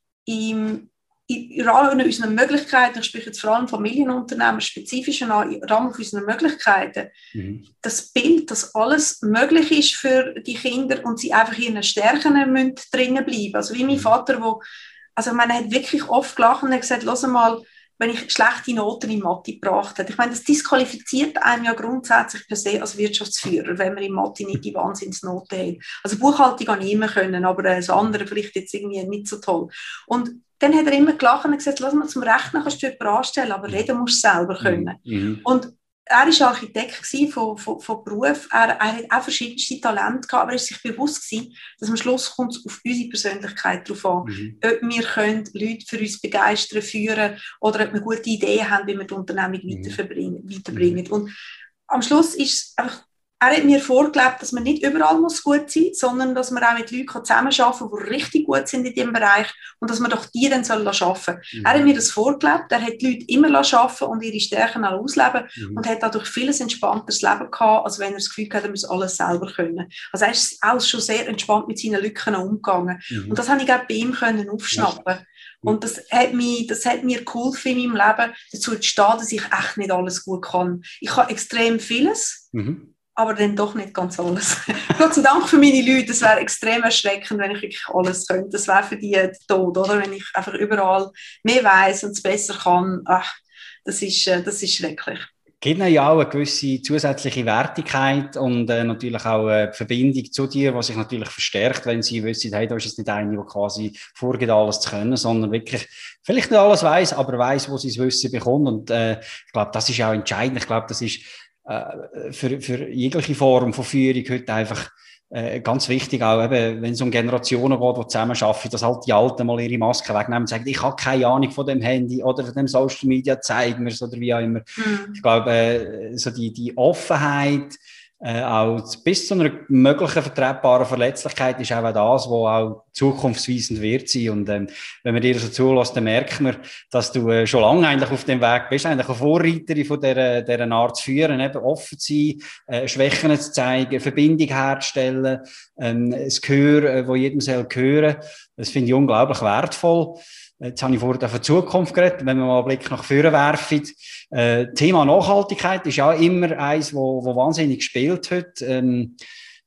im, im Rahmen unserer Möglichkeiten, ich spreche jetzt vor allem Familienunternehmen, spezifisch im Rahmen unserer Möglichkeiten, mhm. das Bild, dass alles möglich ist für die Kinder und sie einfach in ihren Stärken müssen drinnen bleiben. Also wie mein mhm. Vater, wo, also man hat wirklich oft gelacht und hat gesagt, hör mal, wenn ich schlechte Noten in Mathe gebracht habe. Ich meine, das disqualifiziert einen ja grundsätzlich per se als Wirtschaftsführer, wenn man in Mathe nicht die Wahnsinnsnoten hat. Also Buchhaltung habe ich immer können, aber das andere vielleicht jetzt irgendwie nicht so toll. Und dann hat er immer gelacht und gesagt, lass mal zum Rechnen, kannst du jemanden anstellen, aber reden musst du selber können. Mhm. Und er war Architekt von, von, von Beruf, er, er hat auch verschiedenste Talente gehabt, aber er war sich bewusst gewesen, dass am Schluss kommt es auf unsere Persönlichkeit drauf an, mhm. ob wir können Leute für uns begeistern, führen oder ob wir gute Ideen haben, wie wir die Unternehmung mhm. weiterbringen. weiterbringen. Mhm. Und am Schluss ist es einfach, er hat mir vorgelebt, dass man nicht überall muss gut sein muss, sondern dass man auch mit Leuten zusammenarbeiten kann, die richtig gut sind in diesem Bereich und dass man doch die dann arbeiten soll. Mhm. Er hat mir das vorgelebt, er hat die Leute immer arbeiten und ihre Stärken auch ausleben mhm. und hat dadurch vieles entspannteres Leben gehabt, als wenn er das Gefühl hatte, er müsse alles selber können. Also er ist auch schon sehr entspannt mit seinen Lücken umgegangen. Mhm. Und das habe ich auch bei ihm können aufschnappen. Ja. Und das hat, mich, das hat mir geholfen in meinem Leben, dazu zu stehen, dass ich echt nicht alles gut kann. Ich kann extrem vieles, mhm. aber dann doch nicht ganz alles. Gott sei Dank für meine Leute, es wäre extrem erschreckend, wenn ich wirklich alles könnte. Das wäre für die der Tod, oder? Wenn ich einfach überall mehr weiss und es besser kann. Ach, das ist, das ist schrecklich. Gibt ja auch eine gewisse zusätzliche Wertigkeit und äh, natürlich auch eine Verbindung zu dir, was sich natürlich verstärkt, wenn sie wissen, hey, da ist jetzt nicht eine, die quasi vorgeht, alles zu können, sondern wirklich vielleicht nicht alles weiss, aber weiss, wo sie das Wissen bekommt. Und äh, ich glaube, das ist auch entscheidend. Ich glaube, das ist Für, für jegliche Form von Führung heute einfach äh, ganz wichtig, auch eben, wenn es um Generationen geht, die zusammenarbeiten, dass halt die Alten mal ihre Maske wegnehmen und sagen, ich habe keine Ahnung von dem Handy oder von dem Social Media, zeig mir es oder wie auch immer. Mhm. Ich glaube, äh, so die, die Offenheit, äh, auch bis zu einer möglichen vertretbaren Verletzlichkeit ist auch das, was auch zukunftsweisend wird sein. Und ähm, wenn man dir so zulässt, dann merkt man, dass du äh, schon lange eigentlich auf dem Weg bist, eigentlich eine Vorreiterin von dieser, dieser Art zu führen, eben offen zu sein, äh, Schwächen zu zeigen, Verbindung herzustellen, ähm, das Gehör, äh, wo jedem soll hören. Das finde ich unglaublich wertvoll. Jetzt habe ich vorhin von Zukunft geredet, wenn wir mal einen Blick nach vorne werfen. Äh, Thema Nachhaltigkeit ist auch immer eins, wo, wo wahnsinnig gespielt wird. Ähm,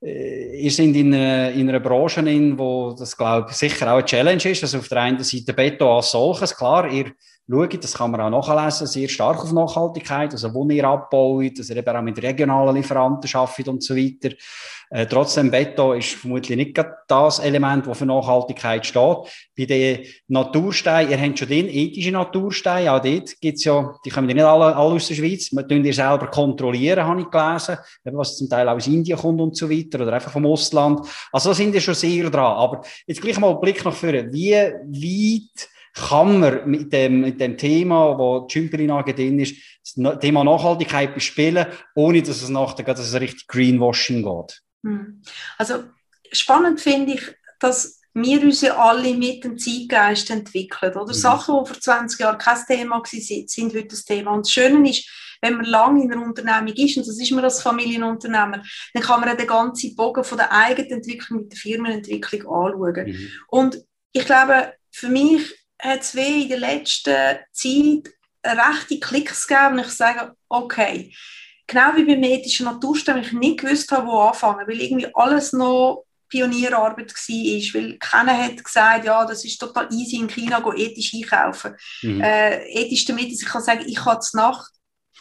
äh, ihr seid in einer, in einer Branche, in wo das, glaube ich, sicher auch eine Challenge ist. Also auf der einen Seite Beton als solches, klar, ihr schaut, das kann man auch nachlesen, sehr stark auf Nachhaltigkeit, also wo ihr abbaut, dass ihr eben auch mit regionalen Lieferanten arbeitet und so weiter. Äh, trotzdem, Beton ist vermutlich nicht das Element, das für Nachhaltigkeit steht. Bei den Natursteinen, ihr habt schon den ethischen Natursteine, auch dort gibt's ja, die kommen ja nicht alle, alle aus der Schweiz, man tun die selber kontrollieren, habe ich gelesen, was zum Teil aus Indien kommt und so weiter, oder einfach vom Ausland. Also da sind wir schon sehr dran. Aber jetzt gleich mal einen Blick nach vorne. Wie weit kann man mit dem, mit dem Thema, wo Cymbeline A G drin ist, das Thema Nachhaltigkeit bespielen, ohne dass es nachher dass es richtig Greenwashing geht? Also spannend finde ich, dass wir uns ja alle mit dem Zeitgeist entwickeln. Oder? Mhm. Sachen, die vor zwanzig Jahren kein Thema waren, sind heute das Thema. Und das Schöne ist, wenn man lange in einer Unternehmung ist, und das ist man als Familienunternehmer, dann kann man den ganzen Bogen von der eigenen Entwicklung mit der Firmenentwicklung anschauen. Mhm. Und ich glaube, für mich hat es wie in der letzten Zeit rechte Klicks gegeben, und ich sage, okay, genau wie beim ethischen Naturstein, ich nicht gewusst habe, wo anfangen, weil irgendwie alles noch Pionierarbeit war, weil keiner hat gesagt, ja, das ist total easy in China, go ethisch einkaufen. Mhm. Äh, ethisch damit, dass ich kann sagen, ich kann zur Nacht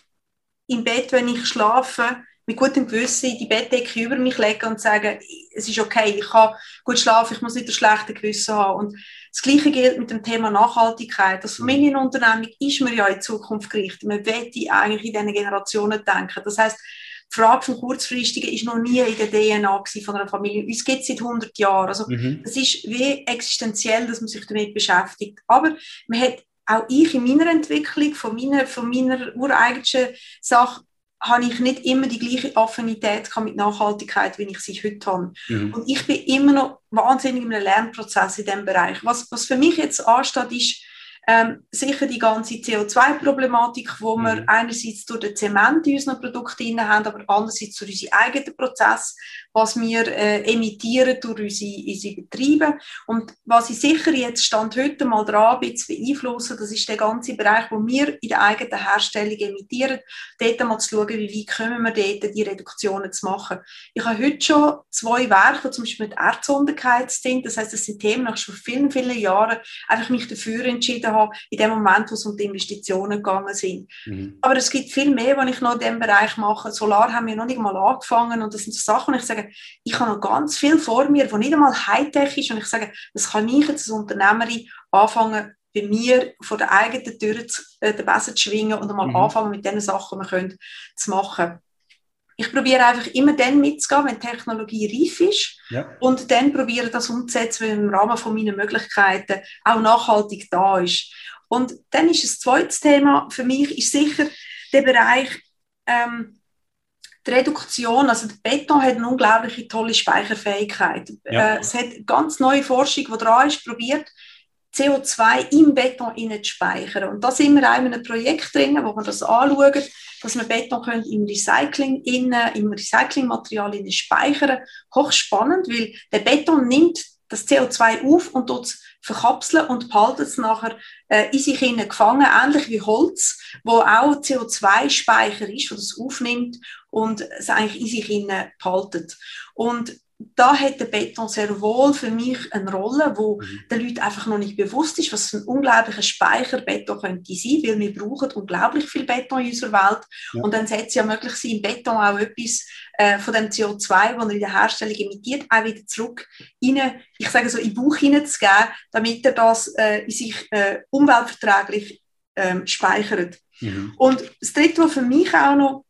im Bett, wenn ich schlafe, mit gutem Gewissen die Bettdecke über mich legen und sagen, es ist okay, ich kann gut schlafen, ich muss nicht ein schlechtes Gewissen haben. Und das Gleiche gilt mit dem Thema Nachhaltigkeit. Als Familienunternehmung ist man ja in Zukunft gerichtet. Man will eigentlich in diesen Generationen denken. Das heisst, die Frage vom Kurzfristigen ist noch nie in der D N A von einer Familie. Uns gibt es seit hundert Jahren. Also, mhm. Es ist wie existenziell, dass man sich damit beschäftigt. Aber man hat auch ich in meiner Entwicklung, von meiner, von meiner ureigensten Sache, habe ich nicht immer die gleiche Affinität mit Nachhaltigkeit, wie ich sie heute habe. Mhm. Und ich bin immer noch wahnsinnig in einem Lernprozess in diesem Bereich. Was, was für mich jetzt ansteht, ist ähm, sicher die ganze C O zwei Problematik, wo mhm. wir einerseits durch den Zement in unseren Produkten haben, aber andererseits durch unseren eigenen Prozess, was wir äh, emittieren durch unsere, unsere Betriebe. Und was ich sicher jetzt Stand heute mal dran bin, zu beeinflussen, das ist der ganze Bereich, wo wir in der eigenen Herstellung emittieren, dort mal zu schauen, wie weit können wir dort die Reduktionen zu machen. Ich habe heute schon zwei Werke, die zum Beispiel mit Erdsondigkeit sind. Das heisst, das sind Themen, nach schon vielen, vielen Jahren einfach mich dafür entschieden habe, in dem Moment, wo es um die Investitionen gegangen sind. Mhm. Aber es gibt viel mehr, was ich noch in diesem Bereich mache. Solar haben wir noch nicht mal angefangen und das sind so Sachen, wo ich sage, ich habe noch ganz viel vor mir, was nicht einmal Hightech ist und ich sage, das kann ich jetzt als Unternehmerin anfangen, bei mir vor der eigenen Tür zu, äh, den Besen zu schwingen und einmal mhm. anfangen mit den Sachen, die wir können, zu machen. Ich probiere einfach immer dann mitzugehen, wenn die Technologie reif ist ja. und dann probiere das umzusetzen, wenn im Rahmen von meinen Möglichkeiten auch nachhaltig da ist. Und dann ist das zweite Thema für mich ist sicher der Bereich ähm, die Reduktion. Also der Beton hat eine unglaublich tolle Speicherfähigkeit. Ja. Äh, es hat ganz neue Forschung, die daran ist, probiert, C O zwei im Beton zu speichern. Und da sind wir auch in einem Projekt drin, wo wir das anschauen, dass wir Beton können im Recycling innen, im Recyclingmaterial innen speichern. Hochspannend, weil der Beton nimmt das C O zwei auf und dort verkapseln und behalten es nachher äh, in sich innen gefangen, ähnlich wie Holz, wo auch C O zwei Speicher ist, wo das aufnimmt und es eigentlich in sich innen behaltet. Und da hat der Beton sehr wohl für mich eine Rolle, wo mhm. den Leuten einfach noch nicht bewusst ist, was für ein unglaublicher Speicher Beton könnte sein, weil wir brauchen unglaublich viel Beton in unserer Welt. Ja. Und dann sollte es ja möglich sein, im Beton auch etwas äh, von dem C O zwei, das er in der Herstellung emittiert, auch wieder zurück in, ich sage so, in den Bauch hineinzugeben, damit er das äh, in sich äh, umweltverträglich äh, speichert. Mhm. Und das Dritte, was für mich auch noch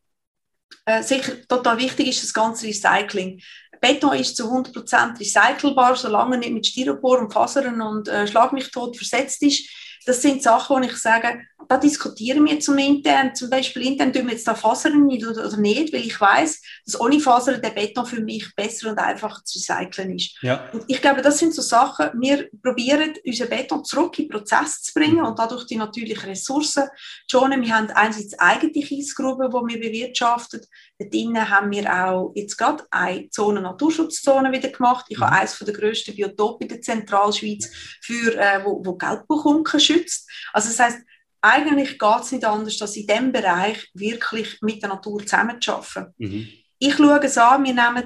äh, sicher total wichtig ist, das ganze Recycling. Beton ist zu hundert Prozent recycelbar, solange er nicht mit Styropor und Fasern und äh, Schlag mich tot versetzt ist. Das sind Sachen, wo ich sage, da diskutieren wir zum intern, zum Beispiel intern, tun wir jetzt da Fasern nicht oder, oder nicht, weil ich weiss, dass ohne Fasern der Beton für mich besser und einfacher zu recyceln ist. Ja. Und ich glaube, das sind so Sachen, wir probieren, unseren Beton zurück in den Prozess zu bringen und dadurch die natürlichen Ressourcen zu schonen. Wir haben einerseits eigene Kiesgruben, die wir bewirtschaften. Dort drinnen haben wir auch jetzt gerade eine Zone, Naturschutzzone wieder gemacht. Ich mhm. habe eines der grössten Biotope in der Zentralschweiz, für, äh, wo, wo Gelbbauchunken schützt. Also das heisst, eigentlich geht es nicht anders, als in diesem Bereich wirklich mit der Natur zusammenzuarbeiten. Mhm. Ich schaue es an, wir nehmen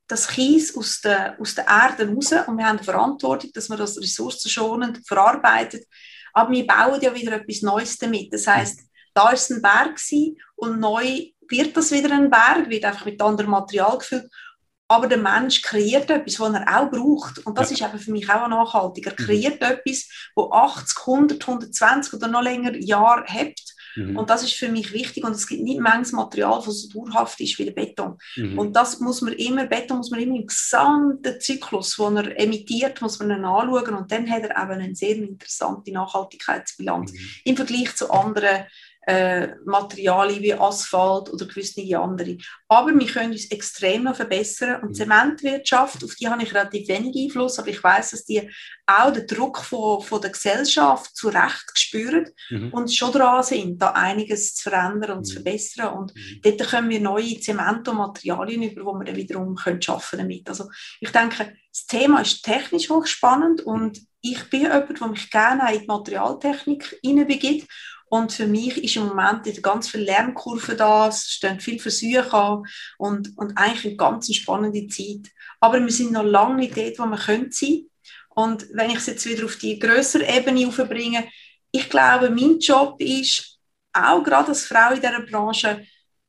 das Kies aus der, aus der Erde raus und wir haben die Verantwortung, dass wir das ressourcenschonend verarbeitet. Aber wir bauen ja wieder etwas Neues damit. Das heisst, da war es ein Berg gewesen, und neu wird das wieder ein Berg, wird einfach mit anderem Material gefüllt. Aber der Mensch kreiert etwas, was er auch braucht. Und das ja. ist eben für mich auch nachhaltig. Er kreiert mhm. etwas, das achtzig, hundert, hundertzwanzig oder noch länger Jahre hat. Mhm. Und das ist für mich wichtig. Und es gibt nicht manches Material, das so dauerhaft ist wie der Beton. Mhm. Und das muss man immer, Beton muss man immer im gesamten Zyklus, den er emittiert, muss man ihn anschauen. Und dann hat er eben eine sehr interessante Nachhaltigkeitsbilanz mhm. im Vergleich zu anderen Äh, Materialien wie Asphalt oder gewisse andere. Aber wir können uns extrem noch verbessern. Und die Zementwirtschaft, auf die habe ich relativ wenig Einfluss, aber ich weiss, dass die auch den Druck von, von der Gesellschaft zu Recht spüren mhm. und schon dran sind, da einiges zu verändern und mhm. zu verbessern. Und mhm. dort können wir neue Zement- und Materialien über, die wir dann wiederum können arbeiten damit. Also ich denke, das Thema ist technisch hochspannend und ich bin jemand, der mich gerne in die Materialtechnik hineinbegibt. Und für mich ist im Moment eine ganz viel Lernkurve da, es stehen viele Versuche an und, und eigentlich eine ganz spannende Zeit. Aber wir sind noch lange nicht dort, wo wir sein können. Und wenn ich es jetzt wieder auf die grössere Ebene aufbringe, ich glaube, mein Job ist, auch gerade als Frau in dieser Branche,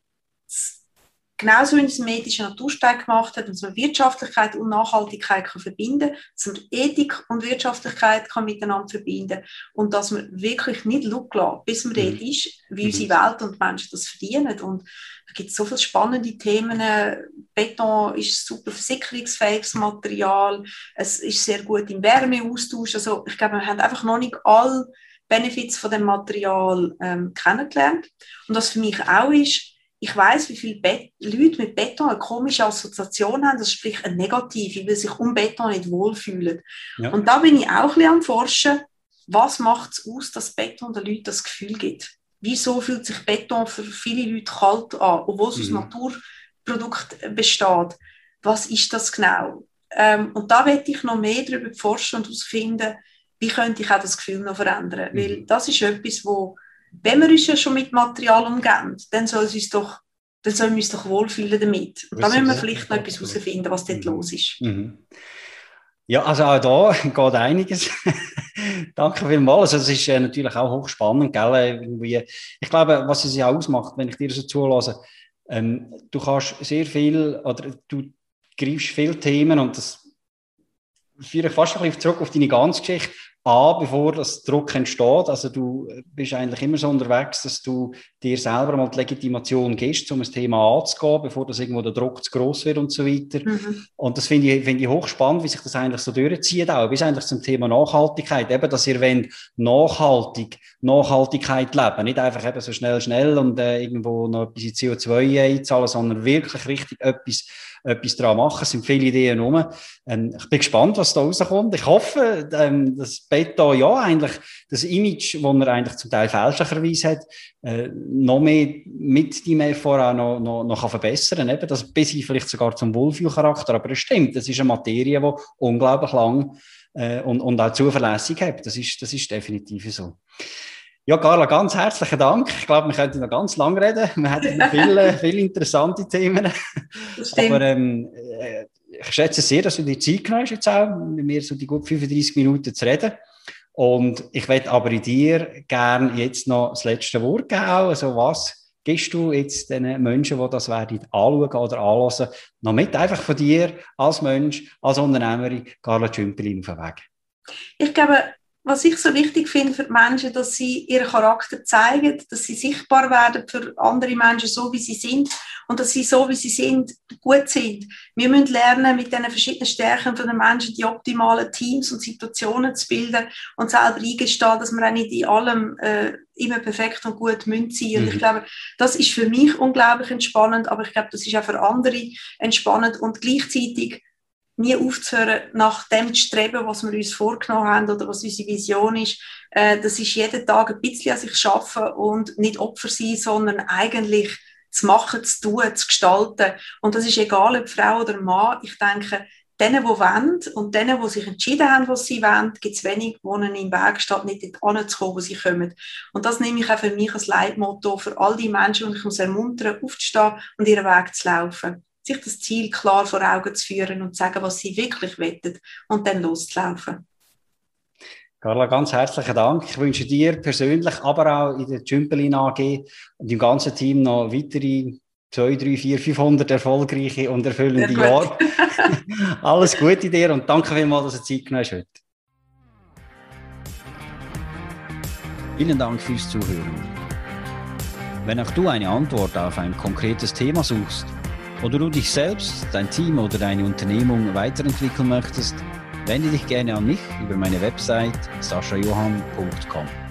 genauso wie es im medischen Natursteig gemacht hat, dass man Wirtschaftlichkeit und Nachhaltigkeit kann verbinden kann, dass man Ethik und Wirtschaftlichkeit kann miteinander verbinden kann und dass man wirklich nicht schauen, bis man mhm. dort ist, wie unsere Welt und die Menschen das verdienen. Und da gibt es so viele spannende Themen. Beton ist ein super versickerungsfähiges Material, es ist sehr gut im Wärmeaustausch. Also ich glaube, wir haben einfach noch nicht alle Benefits von dem Material ähm, kennengelernt. Und was für mich auch ist, ich weiss, wie viele Bet- Leute mit Beton eine komische Assoziation haben, das sprich eine negative, weil sie sich um Beton nicht wohlfühlen. Ja. Und da bin ich auch ein bisschen am Forschen, was macht es aus, dass Beton den Leuten das Gefühl gibt? Wieso fühlt sich Beton für viele Leute kalt an, obwohl es mhm. aus Naturprodukten besteht? Was ist das genau? Ähm, und da möchte ich noch mehr darüber forschen und herausfinden, wie könnte ich auch das Gefühl noch verändern? Mhm. Weil das ist etwas, wo wenn wir uns ja schon mit Material umgeben, dann soll es uns doch, dann sollen wir uns doch wohlfühlen damit. Und da müssen wir vielleicht noch etwas herausfinden, was dort mhm. los ist. Mhm. Ja, also auch da geht einiges. Danke vielmals. Also es ist äh, natürlich auch hochspannend, gell? Irgendwie, ich glaube, was es ja ausmacht, wenn ich dir so zulasse, ähm, du kannst sehr viel, oder du greifst viele Themen und das führe ich fast ein bisschen zurück auf deine ganze Geschichte. A, bevor das Druck entsteht, also du bist eigentlich immer so unterwegs, dass du dir selber mal die Legitimation gibst, um ein Thema anzugehen, bevor das irgendwo der Druck zu gross wird und so weiter. Mhm. Und das finde ich, finde ich hochspannend, wie sich das eigentlich so durchzieht, auch bis eigentlich zum Thema Nachhaltigkeit, eben, dass ihr wollt nachhaltig, Nachhaltigkeit leben, nicht einfach eben so schnell, schnell und äh, irgendwo noch ein bisschen C O zwei einzahlen, sondern wirklich richtig etwas, etwas daran machen. Es sind viele Ideen rum. Ähm, ich bin gespannt, was da rauskommt. Ich hoffe, ähm, dass Beton ja eigentlich das Image, das er eigentlich zum Teil fälschlicherweise hat, äh, noch mehr mit dem Effort auch noch, noch, noch kann verbessern kann. Das bis vielleicht sogar zum Wohlfühlcharakter. Aber es stimmt, das ist eine Materie, die unglaublich lang äh, und, und auch zuverlässig hat. Das ist, das ist definitiv so. Ja, Carla, ganz herzlichen Dank. Ich glaube, wir könnten noch ganz lang reden. Wir hätten noch viele, viele interessante Themen. Aber ähm, ich schätze sehr, dass du dir Zeit genommen hast, jetzt auch mit mir so die gut fünfunddreissig Minuten zu reden. Und ich möchte aber in dir gerne jetzt noch das letzte Wort geben. Also was gibst du jetzt den Menschen, die das werden anschauen oder anhören, noch mit einfach von dir als Mensch, als Unternehmerin, Carla Tschümpelin, auf den Weg? Ich glaube, was ich so wichtig finde für die Menschen, dass sie ihren Charakter zeigen, dass sie sichtbar werden für andere Menschen, so wie sie sind und dass sie so wie sie sind, gut sind. Wir müssen lernen, mit diesen verschiedenen Stärken von den Menschen die optimalen Teams und Situationen zu bilden und selber eingestehen, dass wir auch nicht in allem äh, immer perfekt und gut müssen sein. Und mhm. ich glaube, das ist für mich unglaublich entspannend, aber ich glaube, das ist auch für andere entspannend und gleichzeitig nie aufzuhören, nach dem zu streben, was wir uns vorgenommen haben oder was unsere Vision ist. Äh, das ist jeden Tag ein bisschen an sich arbeiten und nicht Opfer sein, sondern eigentlich zu machen, zu tun, zu gestalten. Und das ist egal, ob Frau oder Mann. Ich denke, denen, die wollen und denen, die sich entschieden haben, was sie wollen, gibt es wenig, die ihnen im Weg steht, nicht dort hinzukommen, wo sie kommen. Und das nehme ich auch für mich als Leitmotto für all die Menschen, die ich muss ermuntern, aufzustehen und ihren Weg zu laufen. sich das Ziel klar vor Augen zu führen und zu sagen, was sie wirklich wollen und dann loszulaufen. Carla, ganz herzlichen Dank. Ich wünsche dir persönlich, aber auch in der Tümperlin A G und im ganzen Team noch weitere zwei, drei, vier, fünfhundert erfolgreiche und erfüllende Jahre. Alles Gute dir und danke vielmals, dass du Zeit genommen hast heute. Vielen Dank fürs Zuhören. Wenn auch du eine Antwort auf ein konkretes Thema suchst oder du dich selbst, dein Team oder deine Unternehmung weiterentwickeln möchtest, wende dich gerne an mich über meine Website sascha johann punkt com.